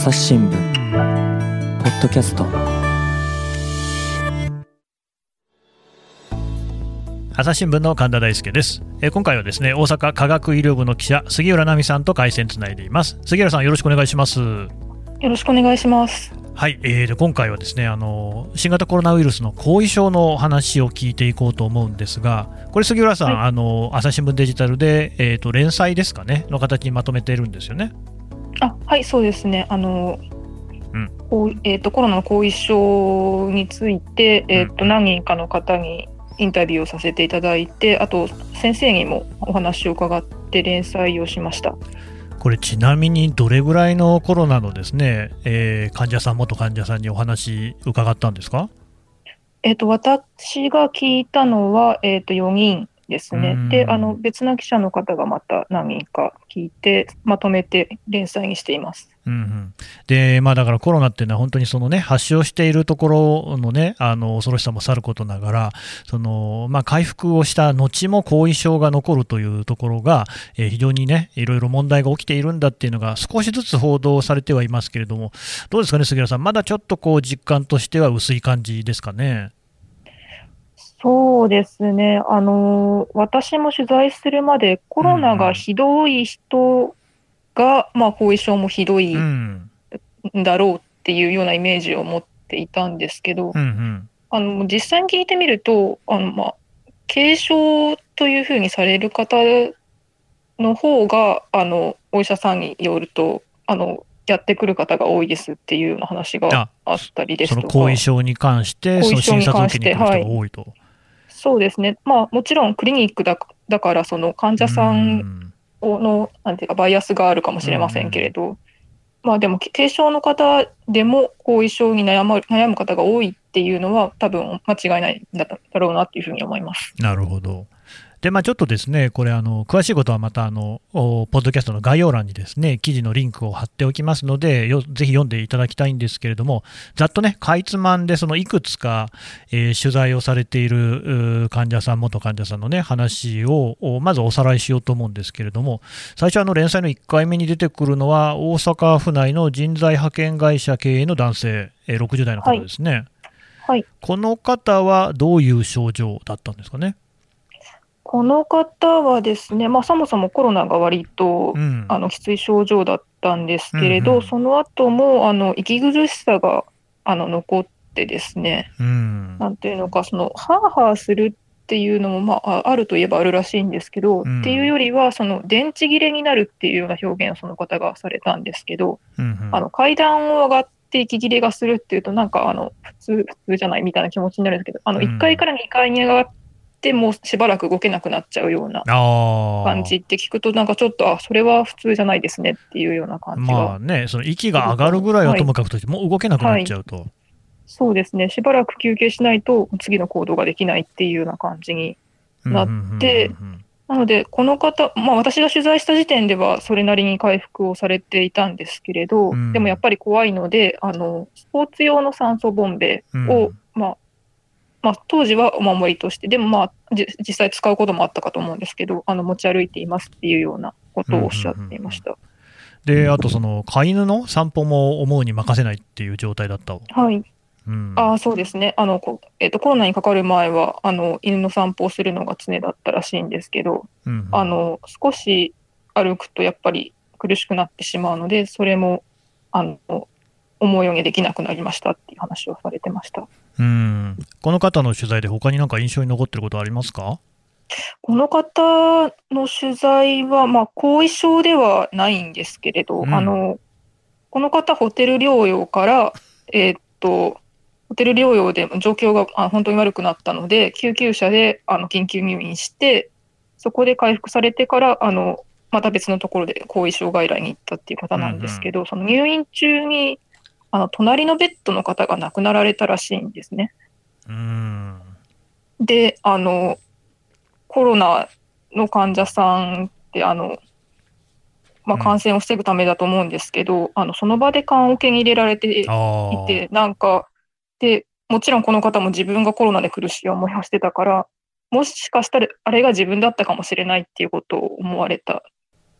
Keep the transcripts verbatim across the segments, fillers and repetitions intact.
朝日新聞ポッドキャスト。 朝日新聞の神田大輔です。えー、今回はですね、大阪科学医療部の記者杉浦奈美さんと回線つないでいます。杉浦さん、よろしくお願いします。 よろしくお願いします。 はい、えー、で今回はですね、あの新型コロナウイルスの後遺症の話を聞いていこうと思うんですが、これ杉浦さん、はい、あの朝日新聞デジタルで、えーと、連載ですかねの形にまとめているんですよね。 あ、はい、そうですね。あの、うんこうえーと、コロナの後遺症について、えーとうん、何人かの方にインタビューをさせていただいて、あと先生にもお話を伺って連載をしました。 これちなみにどれぐらいのコロナのですね、えー、患者さん元患者さんにお話伺ったんですか？ えーと、私が聞いたのは、えーと、よにんですね。で、あの別な記者の方がまた何人か聞いてまとめて連載にしています。 うんうん、でまあ、だからコロナっていうのは本当にその、ね、発症しているところの、ね、あの恐ろしさもさることながら、その、まあ、回復をした後も後遺症が残るというところが、えー、非常に、ね、いろいろ問題が起きているんだっていうのが少しずつ報道されてはいますけれども、どうですかね、杉浦さん、まだちょっとこう実感としては薄い感じですかね。 そうですね、あの私も取材するまでコロナがひどい人が、うんまあ、後遺症もひどいんだろうっていうようなイメージを持っていたんですけど、 うんうん、 あの実際に聞いてみるとあの、まあ、軽症というふうにされる方の方があのお医者さんによるとあのやってくる方が多いですっていうような話があったりですとか、 その後遺症に関してその診察を受けに来る人が多いと、はい、 そうですね、まあ、もちろんクリニックだ、だからその患者さんのなんていうかバイアスがあるかもしれませんけれど、まあ、でも軽症の方でも後遺症に悩む、悩む方が多いっていうのは多分間違いないんだろうなっていうふうに思います。 なるほど。でまあ、ちょっとですね、これあの詳しいことはまたあのポッドキャストの概要欄にですね記事のリンクを貼っておきますので、よぜひ読んでいただきたいんですけれども、ざっとねかいつまんでそのいくつか、えー、取材をされている患者さん元患者さんのね話をまずおさらいしようと思うんですけれども、最初あの連載のいっかいめに出てくるのは大阪府内の人材派遣会社経営の男性、えー、ろくじゅう代の方ですね。はいはい、 この方はどういう症状だったんですかね。 この方はですね、まあ、そもそもコロナが割と、うん、あのきつい症状だったんですけれど、うんうん、その後もあの息苦しさがあの残ってですね、うん、なんていうのか、そのハーハーするっていうのも、まあ、あるといえばあるらしいんですけど、うん、っていうよりはその電池切れになるっていうような表現をその方がされたんですけど、うんうん、あの階段を上がって息切れがするっていうとなんかあの普通普通じゃないみたいな気持ちになるんですけど、あのいっかいからにかいに上がってでもうしばらく動けなくなっちゃうような感じって聞くと、なんかちょっとあそれは普通じゃないですねっていうような感じが、 まあね、その息が上がるぐらいはともかくとして、はい、もう動けなくなっちゃうと、はい、 そうですね、しばらく休憩しないと次の行動ができないっていうような感じになって、なのでこの方、まあ、私が取材した時点ではそれなりに回復をされていたんですけれど、うん、でもやっぱり怖いのであのスポーツ用の酸素ボンベを、うんまあまあ、当時はお守りとして、でも、まあ、実際使うこともあったかと思うんですけど、あの持ち歩いていますっていうようなことをおっしゃっていました。 うんうんうんうん、で、あとその飼い犬の散歩も思うに任せないっていう状態だった。 はい、うん、あそうですね、あの、えーと、コロナにかかる前はあの犬の散歩をするのが常だったらしいんですけど、うんうん、あの少し歩くとやっぱり苦しくなってしまうので、それもあの思うようにできなくなりましたっていう話をされてました。 うん、この方の取材で他に何か印象に残っていることはありますか？ この方の取材は、まあ、後遺症ではないんですけれど、うん、あのこの方ホテル療養から、えー、っとホテル療養で状況があ本当に悪くなったので救急車であの緊急入院して、そこで回復されてからあのまた別のところで後遺症外来に行ったっていう方なんですけど、うんうん、その入院中にあの隣のベッドの方が亡くなられたらしいんですね。 うーんで、あのコロナの患者さんってあの、まあ、感染を防ぐためだと思うんですけど、うん、あのその場で棺桶に入れられていて、なんかでもちろんこの方も自分がコロナで苦しい思いをしてたから、もしかしたらあれが自分だったかもしれないっていうことを思われた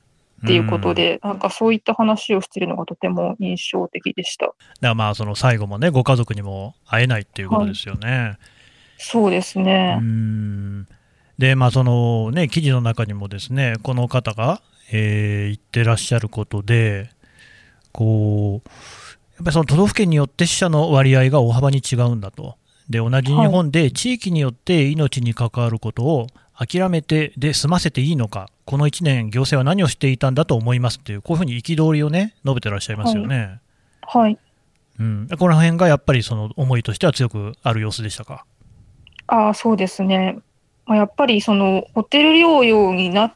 ていうことで、なんかそういった話をしているのがとても印象的でした。だからまあその最後もね、ご家族にも会えないっていうことですよね。はい、 そうですね。 うーんで、まあそのね、記事の中にもですね、この方が、えー言ってらっしゃることで、こう、やっぱりその都道府県によって死者の割合が大幅に違うんだと。で、同じ日本で地域によって命に関わることを諦めてで済ませていいのか、このいちねん、行政は何をしていたんだと思いますっていう、こういうふうに憤りをね、述べてらっしゃいますよね。 はい。はい、 うん、この辺がやっぱりその思いとしては強くある様子でしたか。 ああ、そうですね。やっぱりそのホテル療養になって、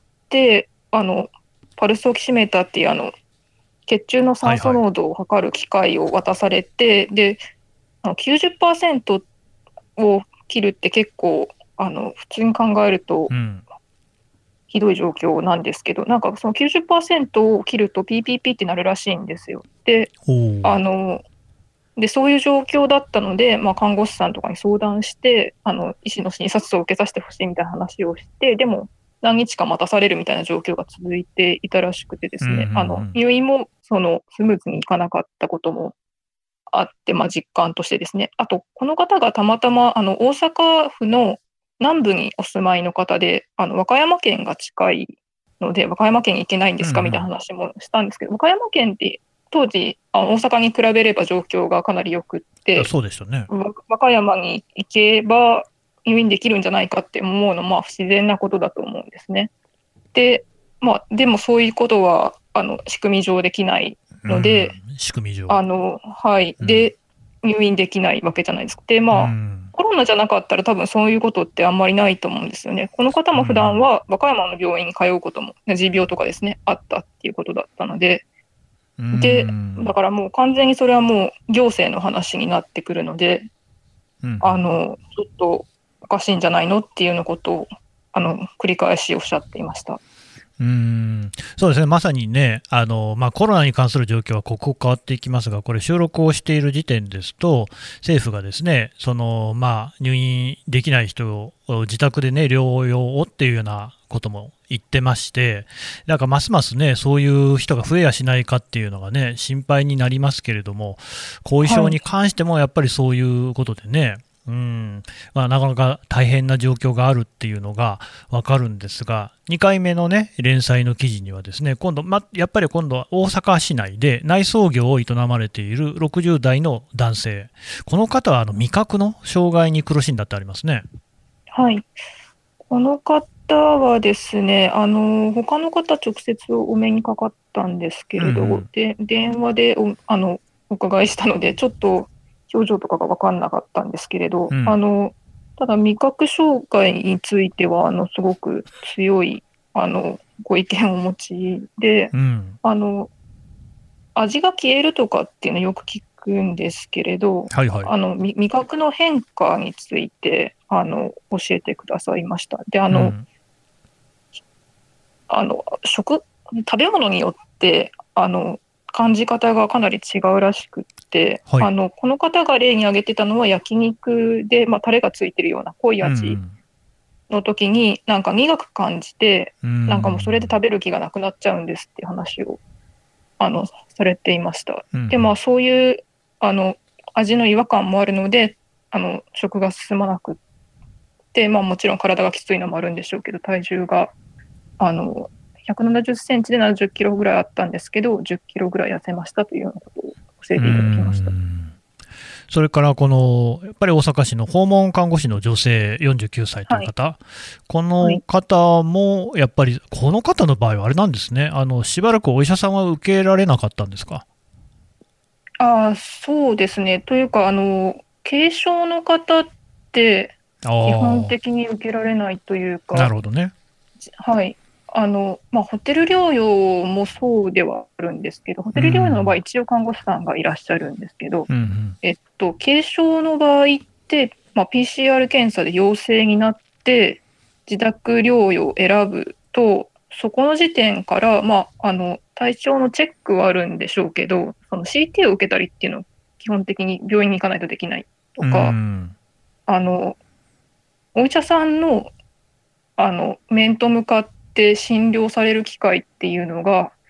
あのパルスオキシメーターっていうあの血中の酸素濃度を測る機械を渡されて、はいはい、であのきゅうじゅっパーセントを切るって結構あの普通に考えるとひどい状況なんですけど、うん、なんかその きゅうじゅっパーセント を切ると ピーピーピー ってなるらしいんですよ。で、あのでそういう状況だったので、まあ、看護師さんとかに相談してあの医師の診察を受けさせてほしいみたいな話をして、でも何日か待たされるみたいな状況が続いていたらしくてですね、うんうんうん、あの入院もそのスムーズにいかなかったこともあって、まあ、実感としてですね、あとこの方がたまたまあの大阪府の南部にお住まいの方で、あの和歌山県が近いので和歌山県に行けないんですかみたいな話もしたんですけど、うんうん、和歌山県って当時あの大阪に比べれば状況がかなりよくって、 そうでしたね、 和歌山に行けば入院できるんじゃないかって思うのはまあ不自然なことだと思うんですね。で、まあ、でもそういうことはあの仕組み上できないので、 仕組み上あの、はい、で、うん、入院できないわけじゃないですか。で、まあ、コロナじゃなかったら多分そういうことってあんまりないと思うんですよね。この方も普段は和歌山の病院に通うことも、持病とかですね、あったっていうことだったので、で、だからもう完全にそれはもう行政の話になってくるので、うん、あの、ちょっとおかしいんじゃないのっていうようなことを、あの、繰り返しおっしゃっていました。 うーんそうですね、まさにね、あのまあ、コロナに関する状況は刻々変わっていきますが、これ、収録をしている時点ですと、政府がですねその、まあ、入院できない人を自宅で、ね、療養をっていうようなことも言ってまして、なんかますますね、そういう人が増えやしないかっていうのがね、心配になりますけれども、後遺症に関してもやっぱりそういうことでね、はいうんまあ、なかなか大変な状況があるっていうのが分かるんですが、にかいめの、ね、連載の記事にはですね今度、ま、やっぱり今度は大阪市内で内装業を営まれているろくじゅう代の男性、この方はあの味覚の障害に苦しんだってありますね。 はい、この方はですね、あの他の方直接お目にかかったんですけれど、うんうん、で電話でおあのお伺いしたのでちょっと表情とかが分かんなかったんですけれど、うん、あのただ味覚障害についてはあのすごく強いあのご意見をお持ちで、うん、あの味が消えるとかっていうのよく聞くんですけれど、はいはい、あの味覚の変化についてあの教えてくださいました。であの、うん、あの食食べ物によってあの感じ方がかなり違うらしくって、はい、あのこの方が例に挙げてたのは焼肉で、まあ、タレがついてるような濃い味の時になんか苦く感じて、うん、なんかもうそれで食べる気がなくなっちゃうんですっていう話をあのされていました。うん、でまあそういうあの味の違和感もあるのであの食が進まなくって、まあ、もちろん体がきついのもあるんでしょうけど、体重があのひゃくななじゅっセンチでななじゅっキロぐらいあったんですけど、じゅっキロぐらい痩せましたというようなことを教えていただきました。 それからこのやっぱり大阪市の訪問看護師の女性よんじゅうきゅうさいという方、はい、この方もやっぱりこの方の場合はあれなんですね、あのしばらくお医者さんは受けられなかったんですか。 あそうですね、というかあの軽症の方って基本的に受けられないというか。 なるほどね。 はいあのまあ、ホテル療養もそうではあるんですけど、ホテル療養の場合、一応看護師さんがいらっしゃるんですけど、うんうんえっと、軽症の場合って、まあ、ピーシーアール 検査で陽性になって、自宅療養を選ぶと、そこの時点から、まあ、あの体調のチェックはあるんでしょうけど、その シーティー を受けたりっていうのは、基本的に病院に行かないとできないとか、うんあのお医者さんのあの面と向かって診療される機会っていうのが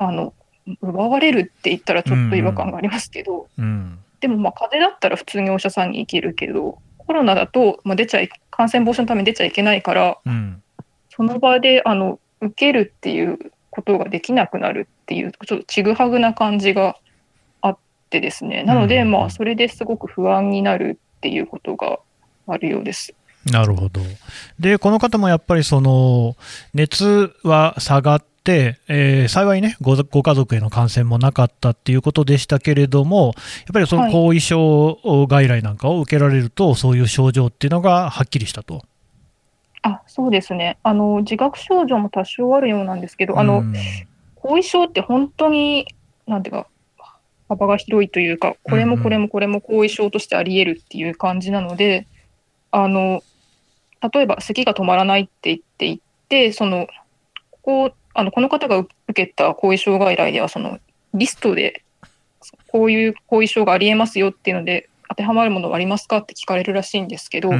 あの奪われるって言ったらちょっと違和感がありますけど、 うんうん、 でもまあ風邪だったら普通にお医者さんに行けるけど、コロナだと、まあ、出ちゃい感染防止のために出ちゃいけないから、うん、その場であの受けるっていうことができなくなるっていう、ちょっとちぐはぐな感じがあってですね、なので、まあ、それですごく不安になるっていうことがあるようです。 なるほど。で、この方もやっぱりその熱は下がって、えー、幸いねご、ご家族への感染もなかったっていうことでしたけれども、やっぱりその後遺症外来なんかを受けられると、はい、そういう症状っていうのがはっきりしたと。 あ、そうですね。あの自覚症状も多少あるようなんですけど、あの後遺症って本当になんていうか幅が広いというか、これもこれもこれも後遺症としてあり得るっていう感じなので、あの例えば咳が止まらないって言っていて、そのここあのこの方が受けた後遺症外来ではそのリストでこういう後遺症がありえますよっていうので当てはまるものはありますかって聞かれるらしいんですけど、うん、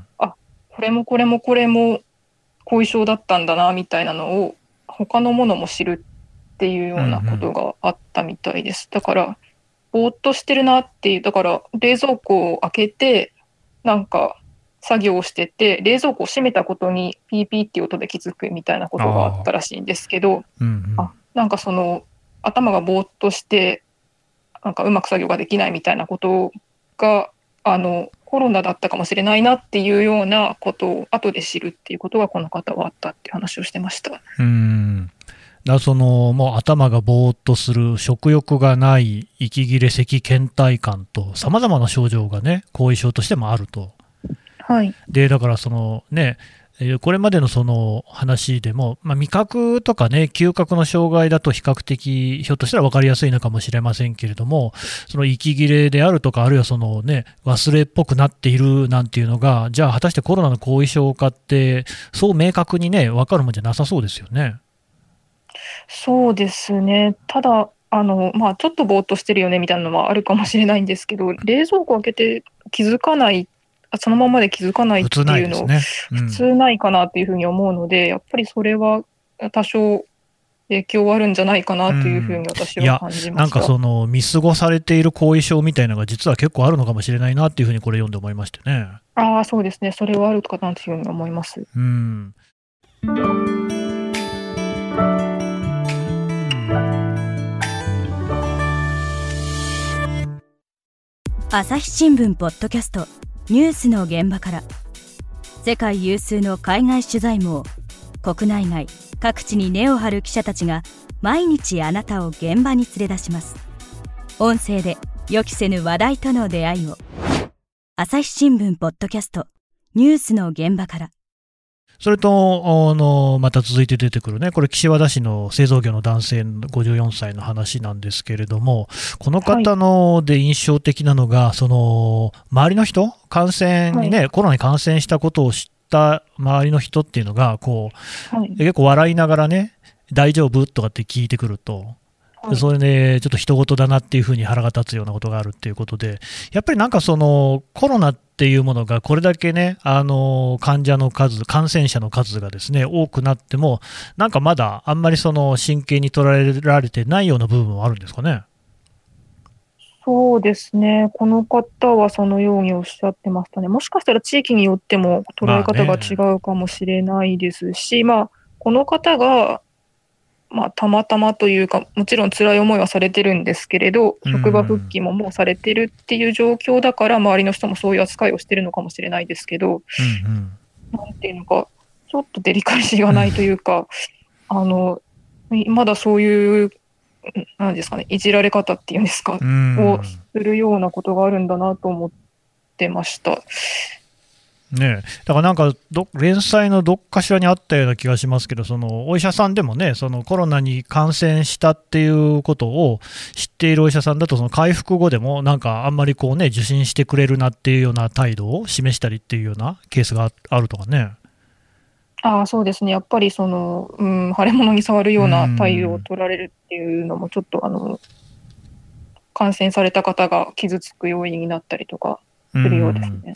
あこれもこれもこれも後遺症だったんだなみたいなのを他のものも知るっていうようなことがあったみたいです。だからぼーっとしてるなっていう、だから冷蔵庫を開けてなんか作業をしてて冷蔵庫を閉めたことにピーピーっていう音で気づくみたいなことがあったらしいんですけど、あ、うんうん、あなんかその頭がぼーっとしてなんかうまく作業ができないみたいなことがあのコロナだったかもしれないなっていうようなことを後で知るっていうことがこの方はあったっていう話をしてました。 うーんだそのもう頭がぼーっとする、食欲がない、息切れ、咳、倦怠感とさまざまな症状がね後遺症としてもあると。 はい、 でだからそのねこれまでのその話でも、まあ、味覚とかね嗅覚の障害だと比較的ひょっとしたら分かりやすいのかもしれませんけれども、その息切れであるとかあるいはそのね忘れっぽくなっているなんていうのがじゃあ果たしてコロナの後遺症かってそう明確にね分かるもんじゃなさそうですよね。 そうですね。ただあの、まあ、ちょっとぼーっとしてるよねみたいなのはあるかもしれないんですけど、冷蔵庫開けて気づかない、そのままで気づかないっていうの、 ねうん、 普通ないかなっていうふうに思うので、やっぱりそれは多少影響あるんじゃないかなというふうに私は感じました。 うん、いやなんかその見過ごされている後遺症みたいなのが実は結構あるのかもしれないなっていうふうにこれ読んで思いましてね。 ああ、そうですね。それはあるかなというふうに思います。 うん。 朝日新聞ポッドキャストニュースの現場から、世界有数の海外取材網、国内外各地に根を張る記者たちが毎日あなたを現場に連れ出します。音声で予期せぬ話題との出会いを。朝日新聞ポッドキャストニュースの現場から。 それとあのまた続いて出てくるね、これ岸和田市の製造業の男性ごじゅうよんさいの話なんですけれども、この方ので印象的なのが、はい、その周りの人、感染にね、はい、コロナに感染したことを知った周りの人っていうのがこう、はい、結構笑いながらね大丈夫とかって聞いてくると、はい、それでちょっと人事だなっていうふうに腹が立つようなことがあるっていうことで、やっぱりなんかそのコロナっていうものがこれだけね、あの患者の数、感染者の数がですね多くなっても、なんかまだあんまりその真剣に捉えられてないような部分はあるんですかね。 そうですね、この方はそのようにおっしゃってましたね。もしかしたら地域によっても捉え方が違うかもしれないですし、まあね、まあ、この方がまあ、たまたまというか、もちろん辛い思いはされてるんですけれど、職場復帰ももうされてるっていう状況だから、周りの人もそういう扱いをしてるのかもしれないですけど、うんうん、なんていうのか、ちょっとデリカシーがないというか、うん、あのまだそういう、なんですかね、いじられ方っていうんですか、うん、をするようなことがあるんだなと思ってました。 ね、だからなんかど連載のどっかしらにあったような気がしますけど、そのお医者さんでもね、そのコロナに感染したっていうことを知っているお医者さんだと、その回復後でもなんかあんまりこうね受診してくれるなっていうような態度を示したりっていうようなケースがあるとかね。 ああ、そうですね、やっぱりその、うん、腫れ物に触るような態度を取られるっていうのもちょっとあの感染された方が傷つく要因になったりとかするようですね。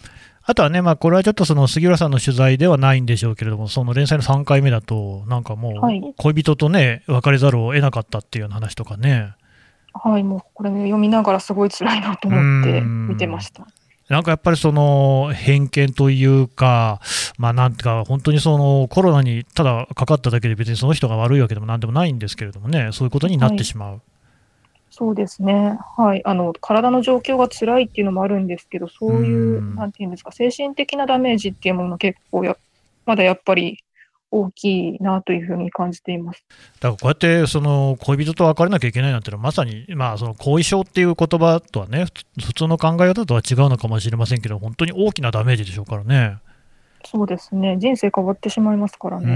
あとはね、まあ、これはちょっとその杉浦さんの取材ではないんでしょうけれども、その連載のさんかいめだと、なんかもう、恋人とね、別れざるを得なかったっていうような話とかね。 はい、もうこれ、ね、読みながらすごい辛いなと思って見てました。 なんかやっぱりその偏見というか、まあ、なんていうか、本当にそのコロナにただかかっただけで、別にその人が悪いわけでもなんでもないんですけれどもね、そういうことになってしまう。はい、 そうですね、はい、あの体の状況が辛いっていうのもあるんですけど、そういう、なんていうんですか、精神的なダメージっていうもの、結構や、まだやっぱり大きいなというふうに感じています。 だからこうやってその恋人と別れなきゃいけないなんていうのは、まさに、まあ、その後遺症っていう言葉とはね、普通の考え方とは違うのかもしれませんけど、本当に大きなダメージでしょうからね。 そうですね、人生変わってしまいますからね。 うん、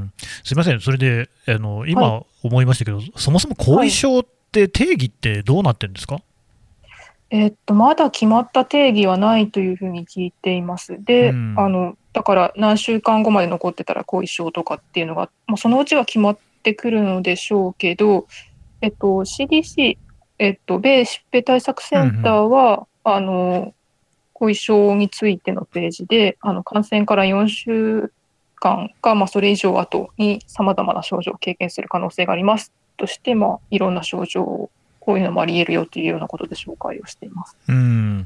すみません、それであの今思いましたけど、はい、そもそも後遺症って定義ってどうなってるんですか？はい、 えー、っとまだ決まった定義はないというふうに聞いています。で、うん、あのだから何週間後まで残ってたら後遺症とかっていうのが、まあ、そのうちは決まってくるのでしょうけど、えっと、シーディーシー、えっと、米疾病対策センターは、うんうん、あの後遺症についてのページで、あの感染からよんしゅうかんか、まあ、それ以上後にさまざまな症状を経験する可能性がありますとして、まあ、いろんな症状をこういうのもあり得るよというようなことで紹介をしています。 うん、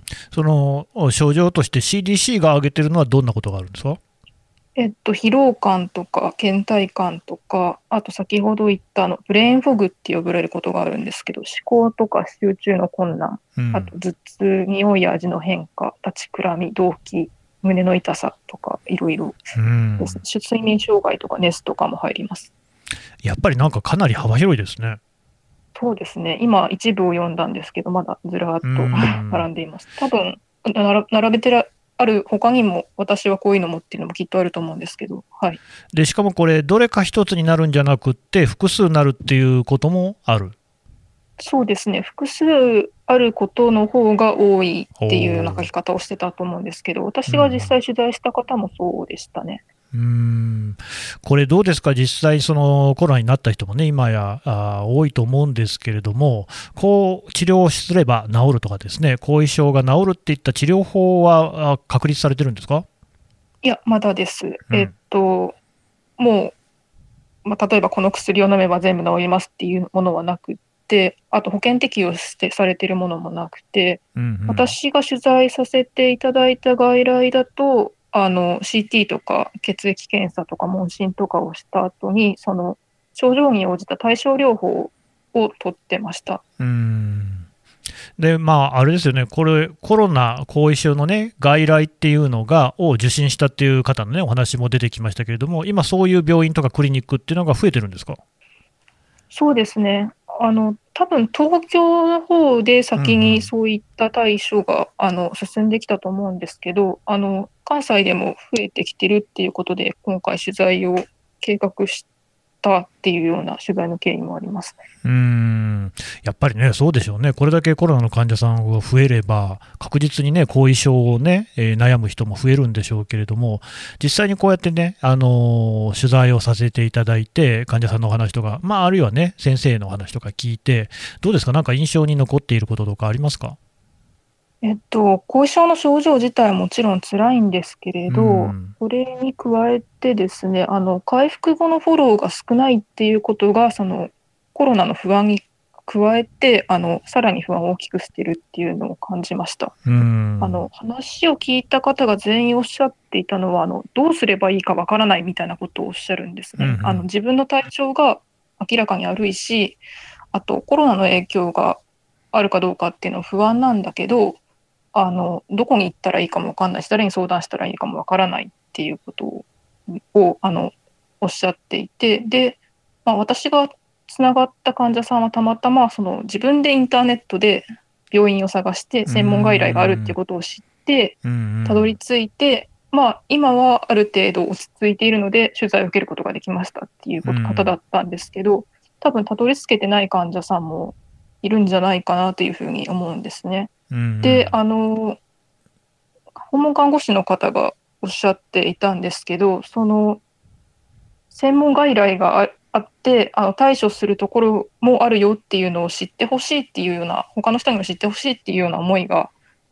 その症状として シーディーシー が挙げているのはどんなことがあるんですか？ えっと、疲労感とか倦怠感とか、あと先ほど言ったあのブレインフォグって呼ばれることがあるんですけど、思考とか集中の困難、うん、あと頭痛、匂いや味の変化、立ちくらみ、動悸、胸の痛さとかいろいろですね、うん、睡眠障害とか熱とかも入ります。 やっぱりなんかかなり幅広いですね。 そうですね、今一部を読んだんですけど、まだずらーっと並んでいます。多分並べてらある他にも、私はこういうのもっていうのもきっとあると思うんですけど、はい、 でしかもこれ、どれか一つになるんじゃなくって、複数になるっていうこともある。 そうですね、複数あることの方が多いっていうような書き方をしてたと思うんですけど、私が実際取材した方もそうでしたね。 うーん、これどうですか、実際そのコロナになった人もね、今やあ多いと思うんですけれども、こう治療すれば治るとかですね、後遺症が治るっていった治療法は確立されてるんですか？ いや、まだです。うん、えっと、もう、まあ、例えばこの薬を飲めば全部治りますっていうものはなくて、あと保険適用してされているものもなくて、うんうん、私が取材させていただいた外来だと、あの シーティー とか血液検査とか問診とかをした後に、その症状に応じた対症療法を取ってました。 うーんで、まあ、あれですよね、これ、コロナ後遺症のね、外来っていうのが、を受診したっていう方のね、お話も出てきましたけれども、今、そういう病院とかクリニックっていうのが増えてるんですか？ そうですね。あの、多分東京の方で先にそういった対処が、うんうん、あの進んできたと思うんですけど、あの関西でも増えてきてるっていうことで、今回取材を計画したっていうような取材の経緯もあります。 うーんやっぱりね、そうでしょうね、これだけコロナの患者さんが増えれば、確実にね、後遺症をね、えー、悩む人も増えるんでしょうけれども、実際にこうやってね、あのー、取材をさせていただいて、患者さんのお話とか、まあ、あるいはね、先生のお話とか聞いて、どうですか、なんか印象に残っていることとかありますか？ えっと、後遺症の症状自体はもちろん辛いんですけれど、うん、それに加えてですね、あの回復後のフォローが少ないっていうことが、そのコロナの不安に加えて、あのさらに不安を大きくしているっていうのを感じました。うん、あの話を聞いた方が全員おっしゃっていたのは、あのどうすればいいかわからないみたいなことをおっしゃるんですね。うんうん、あの自分の体調が明らかに悪いし、あとコロナの影響があるかどうかっていうのは不安なんだけど、あのどこに行ったらいいかも分かんないし、誰に相談したらいいかも分からないっていうことを、をあのおっしゃっていて、で、まあ、私がつながった患者さんはたまたまその自分でインターネットで病院を探して専門外来があるっていうことを知ってたどり着いて、まあ、今はある程度落ち着いているので取材を受けることができましたっていう方だったんですけど、多分たどり着けてない患者さんもいるんじゃないかなというふうに思うんですね。で、あの訪問看護師の方がおっしゃっていたんですけど、その専門外来が あ, あってあの対処するところもあるよっていうのを知ってほしいっていうような、他の人にも知ってほしいっていうような思いが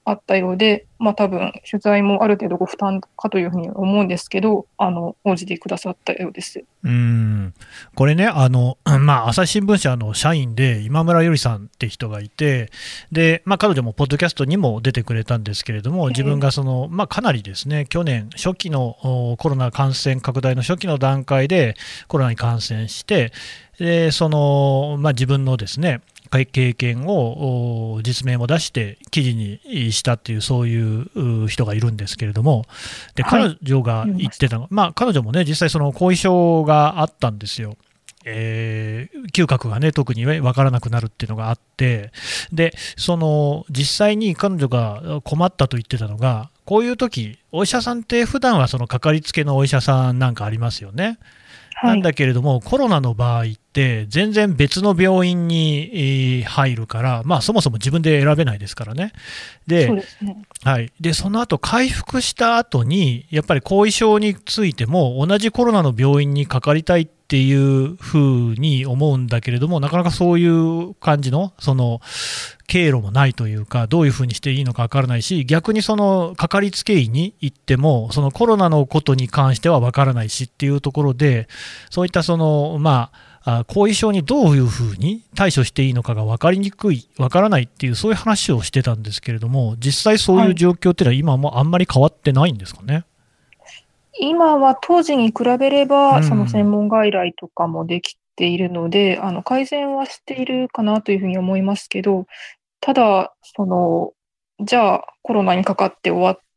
あったようで、まあ多分取材もある程度ご負担かというふうに思うんですけど、あの応じてくださったようです。 うーんこれね、あのまあ、朝日新聞社の社員で今村よりさんって人がいて、で、まあ、彼女もポッドキャストにも出てくれたんですけれども、自分がその、まあ、かなりですね、去年、初期のおコロナ感染拡大の初期の段階でコロナに感染して、でそのまあ、自分のですね経験をお実名も出して記事にしたっていう、そういうう人がいるんですけれども、ではい彼女が言ってたのが、まあ、彼女もね、実際、その後遺症があったんですよ。えー嗅覚がね、特に分からなくなるっていうのがあって、でその実際に彼女が困ったと言ってたのが、こういう時お医者さんって普段はそのかかりつけのお医者さんなんかありますよね。 はい、 なんだけれども、コロナの場合って全然別の病院にえー入るから、まあ、そもそも自分で選べないですからね。で、 そうですね。 はい、でその後回復した後に、やっぱり後遺症についても同じコロナの病院にかかりたいっていうふうに思うんだけれども、なかなかそういう感じのその経路もないというか、どういうふうにしていいのか分からないし、逆にそのかかりつけ医に行っても、そのコロナのことに関しては分からないしっていうところで、そういったその、まあ、後遺症にどういうふうに対処していいのかが分かりにくい、分からないっていう、そういう話をしてたんですけれども、実際そういう状況っていうのは、今もあんまり変わってないんですかね。 今は当時に比べれば、 うんその専門外来とかもできているので、あの改善はしているかなというふうに思いますけど、ただ、その、じゃあコロナにかかって終わって、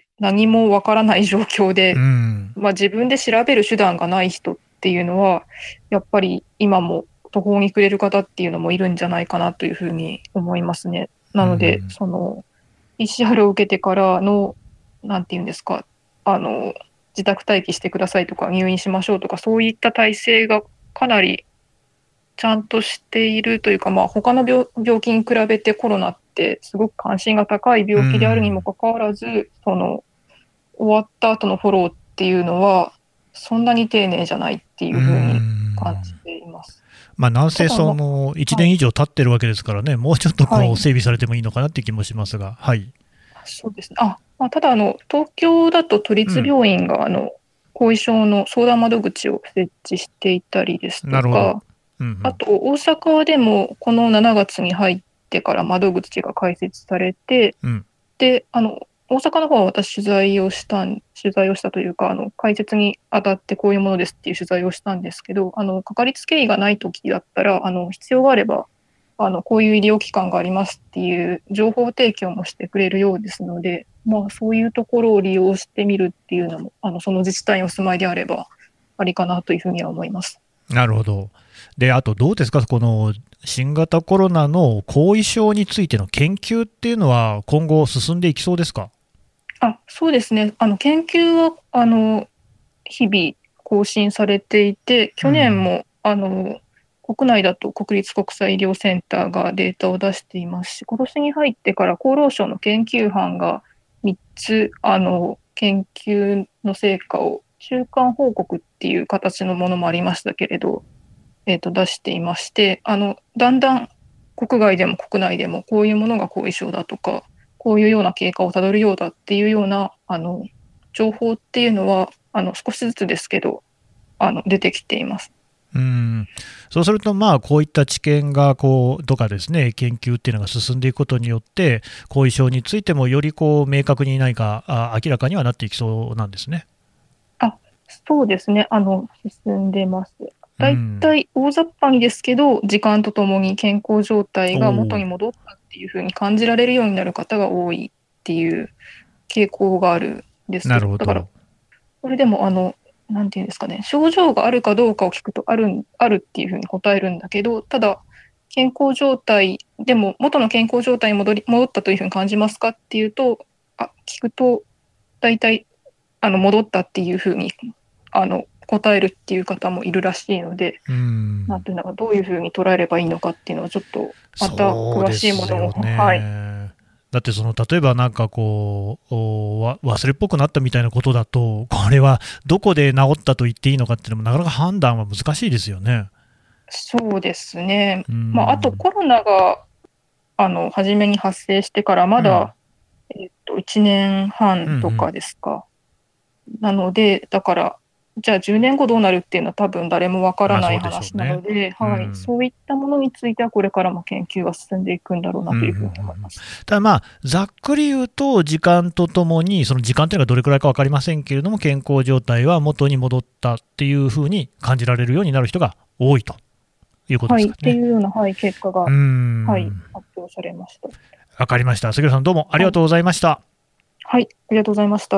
何もわからない状況で、 うんまあ、自分で調べる手段がない人っていうのは、やっぱり今も途方に暮れる方っていうのもいるんじゃないかなというふうに思いますね。なので、 うんその、ピーシーアール を受けてからの、なんていうんですか、あの、自宅待機してくださいとか、入院しましょうとか、そういった体制がかなりちゃんとしているというか、まあ、他の病、病気に比べてコロナってすごく関心が高い病気であるにもかかわらず、その、終わった後のフォローっていうのは、そんなに丁寧じゃないっていうふうに感じています。 まあ、なんせそのいちねん以上経ってるわけですからね、もうちょっとこはいう整備されてもいいのかなっていう気もしますが、はい。 そうですね。あ、まあ、ただあの、東京だと都立病院が、あの、後遺症の相談窓口を設置していたりですとなるほど。 か、 うんうんあと大阪でもこのしちがつに入ってから窓口が開設されて、 うんで、あの、大阪の方は私取材をしたん、取材をしたというか、あの、開設にあたってこういうものですっていう取材をしたんですけど、あの、かかりつけ医がないときだったら、あの、必要があれば、あの、こういう医療機関がありますっていう情報提供もしてくれるようですので、まあ、そういうところを利用してみるっていうのも、あの、その自治体にお住まいであれば、ありかなというふうには思います。 なるほど。で、あとどうですか、この新型コロナの後遺症についての研究っていうのは、今後、進んでいきそうですか。 あ、そうですね。あの、研究は、あの、日々更新されていて、去年も、うん、あの、国内だと国立国際医療センターがデータを出していますし、今年に入ってから厚労省の研究班がみっつ、あの、研究の成果を中間報告っていう形のものもありましたけれど、えーと、出していまして、あの、だんだん国外でも国内でもこういうものが後遺症だとか、こういうような経過をたどるようだっていうような、あの、情報っていうのは、あの、少しずつですけど、あの、出てきています。 うんそうすると、まあ、こういった知見がこうとかですね、研究っていうのが進んでいくことによって、後遺症についてもよりこう明確に何かあ明らかにはなっていきそうなんですね。 あ、そうですね。あの、進んでます。大体大雑把にですけど、時間とともに健康状態が元に戻ったっていうふうに感じられるようになる方が多いっていう傾向があるんです。 なるほど。 だから、これでも、あの、なんていうんですかね、症状があるかどうかを聞くとある、あるっていうふうに答えるんだけど、ただ、健康状態、でも元の健康状態に戻り、戻ったというふうに感じますかっていうと、あ、聞くと、大体、あの、戻ったっていうふうに、あの、答えるっていう方もいるらしいので、 うんなんていうのか、どういうふうに捉えればいいのかっていうのは、ちょっと、また詳しいものを、はい。 だってその例えばなんかこう忘れっぽくなったみたいなことだと、これはどこで治ったと言っていいのかっていうのもなかなか判断は難しいですよね。 そうですね。まあ、あとコロナがあの初めに発生してからまだえっと、いちねんはんとかですか。うんうん、なので、だから、じゃあじゅうねんごどうなるっていうのは多分誰もわからない話なので、まあ そうでしょうね。はい、うん、そういったものについてはこれからも研究が進んでいくんだろうなというふうに思います。 うんうんうん、ただまあ、ざっくり言うと、時間とともに、その時間というのがどれくらいか分かりませんけれども、健康状態は元に戻ったっていうふうに感じられるようになる人が多いということですかね。 はい、っていうような、はい、結果が、はい、発表されました。 わかりました。杉浦さん、どうもありがとうございました。はい、 はい、ありがとうございました。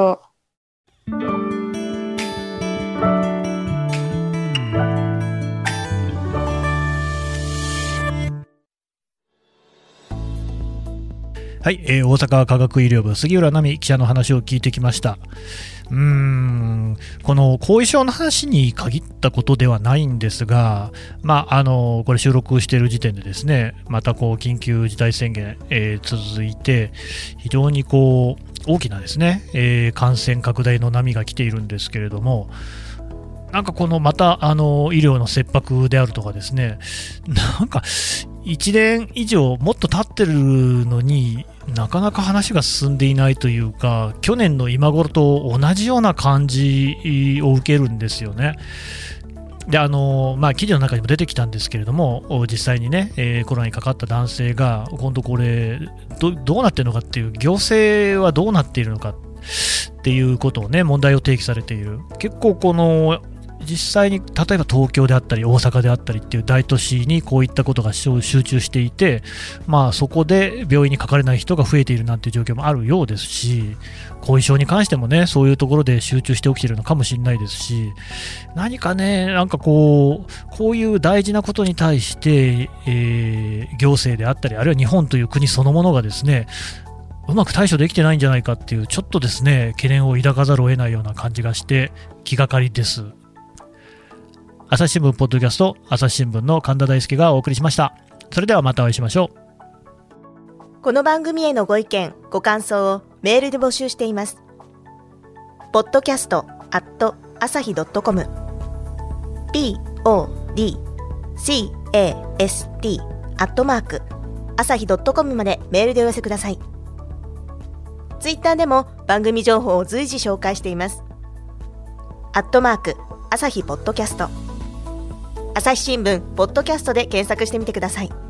はい、えー、大阪科学医療部杉浦奈美記者の話を聞いてきました。うーんこの後遺症の話に限ったことではないんですが、まあ、あのこれ収録している時点でですね、またこう緊急事態宣言、えー、続いて非常にこう大きなですね、えー、感染拡大の波が来ているんですけれども、なんかこのまたあの医療の切迫であるとかですね、なんかいちねん以上もっと経ってるのになかなか話が進んでいないというか、去年の今頃と同じような感じを受けるんですよね。であのまあ、記事の中にも出てきたんですけれども、実際にね、えー、コロナにかかった男性が今度これ ど, どうなっているのかっていう、行政はどうなっているのかっていうことをね、問題を提起されている。結構この実際に例えば東京であったり大阪であったりっていう大都市にこういったことが集中していて、まあ、そこで病院にかかれない人が増えているなんていう状況もあるようですし、後遺症に関してもね、そういうところで集中して起きているのかもしれないですし、何かね、なんかこうこういう大事なことに対して、えー、行政であったり、あるいは日本という国そのものがですね、うまく対処できてないんじゃないかっていう、ちょっとですね懸念を抱かざるを得ないような感じがして気がかりです。朝日新聞ポッドキャスト、朝日新聞の神田大輔がお送りしました。それではまたお会いしましょう。この番組へのご意見ご感想をメールで募集しています。ポッドキャストアットアサヒドットコム ピーオーディーキャスト アットマークアサヒドットコムまでメールでお寄せください。ツイッターでも番組情報を随時紹介しています。アットマーク朝日ポッドキャスト、朝日新聞ポッドキャストで検索してみてください。